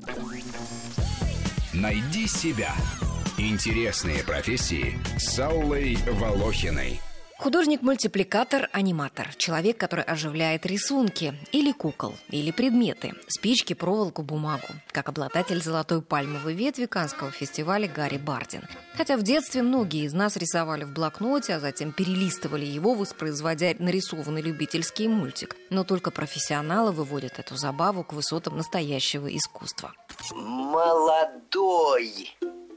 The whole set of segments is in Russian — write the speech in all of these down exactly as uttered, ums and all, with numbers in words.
Найди себя. Интересные профессии с Аллой Волохиной. Художник-мультипликатор, аниматор. Человек, который оживляет рисунки или кукол, или предметы, спички, проволоку, бумагу. Как обладатель золотой пальмовой ветви Каннского фестиваля Гарри Бардин. Хотя в детстве многие из нас рисовали в блокноте, а затем перелистывали его, воспроизводя нарисованный любительский мультик. Но только профессионалы выводят эту забаву к высотам настоящего искусства. Молодой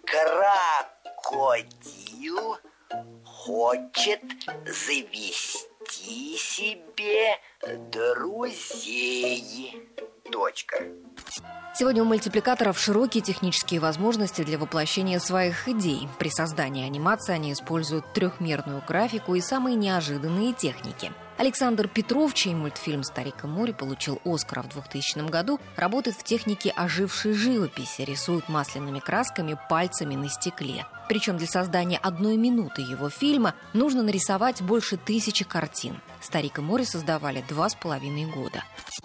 крокодил хочет завести себе друзей. Точка. Сегодня у мультипликаторов широкие технические возможности для воплощения своих идей. При создании анимации они используют трехмерную графику и самые неожиданные техники. Александр Петров, чей мультфильм «Старик и море» получил Оскара в двухтысячном году, работает в технике ожившей живописи, рисует масляными красками пальцами на стекле. Причем для создания одной минуты его фильма нужно нарисовать больше тысячи картин. «Старик и море» создавали два с половиной года.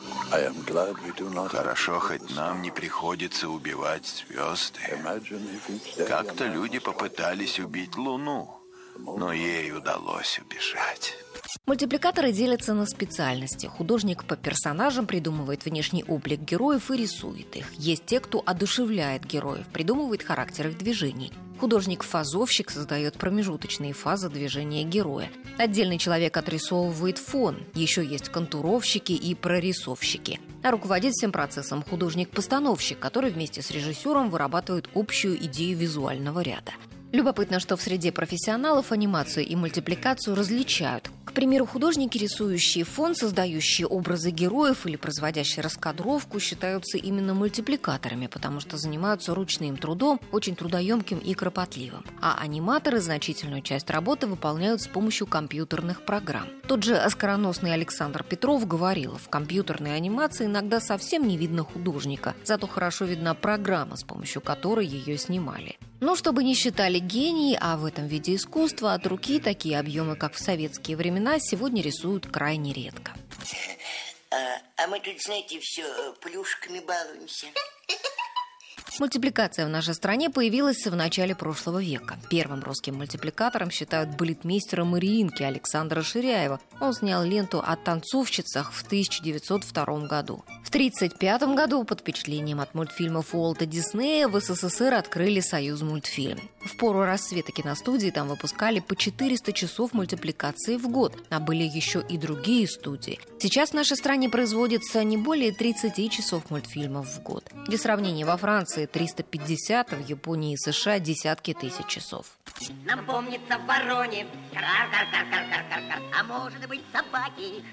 Хорошо, хоть нам не приходится убивать звезды. Как-то люди попытались убить Луну, но ей удалось убежать. Мультипликаторы делятся на специальности. Художник по персонажам придумывает внешний облик героев и рисует их. Есть те, кто одушевляет героев, придумывает характер их движений. Художник-фазовщик создает промежуточные фазы движения героя. Отдельный человек отрисовывает фон. Еще есть контуровщики и прорисовщики. А руководит всем процессом художник-постановщик, который вместе с режиссером вырабатывает общую идею визуального ряда. Любопытно, что в среде профессионалов анимацию и мультипликацию различают. К примеру, художники, рисующие фон, создающие образы героев или производящие раскадровку, считаются именно мультипликаторами, потому что занимаются ручным трудом, очень трудоемким и кропотливым. А аниматоры значительную часть работы выполняют с помощью компьютерных программ. Тот же оскароносный Александр Петров говорил, в компьютерной анимации иногда совсем не видно художника, зато хорошо видна программа, с помощью которой ее снимали. Но чтобы не считали гении, а в этом виде искусства от руки такие объемы, как в советские времена, сегодня рисуют крайне редко. А, а мы тут, знаете, все плюшками балуемся. Мультипликация в нашей стране появилась в начале прошлого века. Первым русским мультипликатором считают балетмейстера Мариинки Александра Ширяева. Он снял ленту о танцовщицах в тысяча девятьсот втором году. В тридцать пятом году под впечатлением от мультфильмов Уолта Диснея в СССР открыли Союзмультфильм. В пору расцвета киностудии там выпускали по четыреста часов мультипликации в год, а были еще и другие студии. Сейчас в нашей стране производится не более тридцати часов мультфильмов в год. Для сравнения, во Франции триста пятьдесят, а в Японии и США десятки тысяч часов. Нам помнится в вороне кар-кар-кар-кар-кар-кар, а может быть собаки,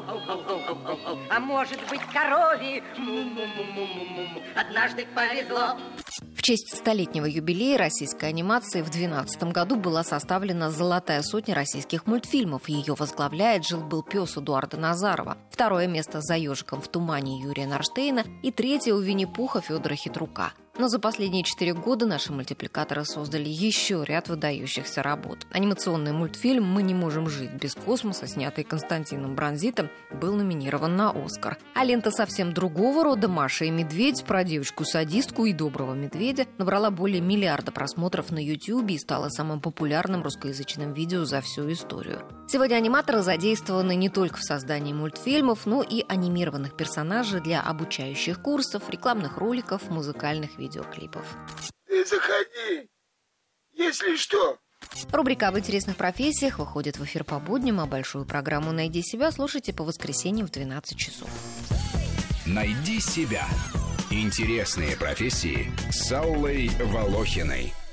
а может быть корове, му-му-му-му-му-му. Однажды повезло. В честь столетнего юбилея российской анимации в две тысячи двенадцатом году была составлена «Золотая сотня российских мультфильмов». Ее возглавляет «Жил-был пес» Эдуарда Назарова. Второе место за «Ежиком в тумане» Юрия Нарштейна и третье у Винни-Пуха Федора Хитрука. Но за последние четыре года наши мультипликаторы создали еще ряд выдающихся работ. Анимационный мультфильм «Мы не можем жить без космоса», снятый Константином Бронзитом, был номинирован на «Оскар». А лента совсем другого рода «Маша и медведь» про девочку-садистку и доброго медведя набрала более миллиарда просмотров на Ютьюбе и стала самым популярным русскоязычным видео за всю историю. Сегодня аниматоры задействованы не только в создании мультфильмов, но и анимированных персонажей для обучающих курсов, рекламных роликов, музыкальных видео. видеоклипов. Ты заходи, если что. Рубрика об интересных профессиях выходит в эфир по будням, а большую программу «Найди себя» слушайте по воскресеньям в двенадцать часов. «Найди себя». Интересные профессии с Аллой Волохиной.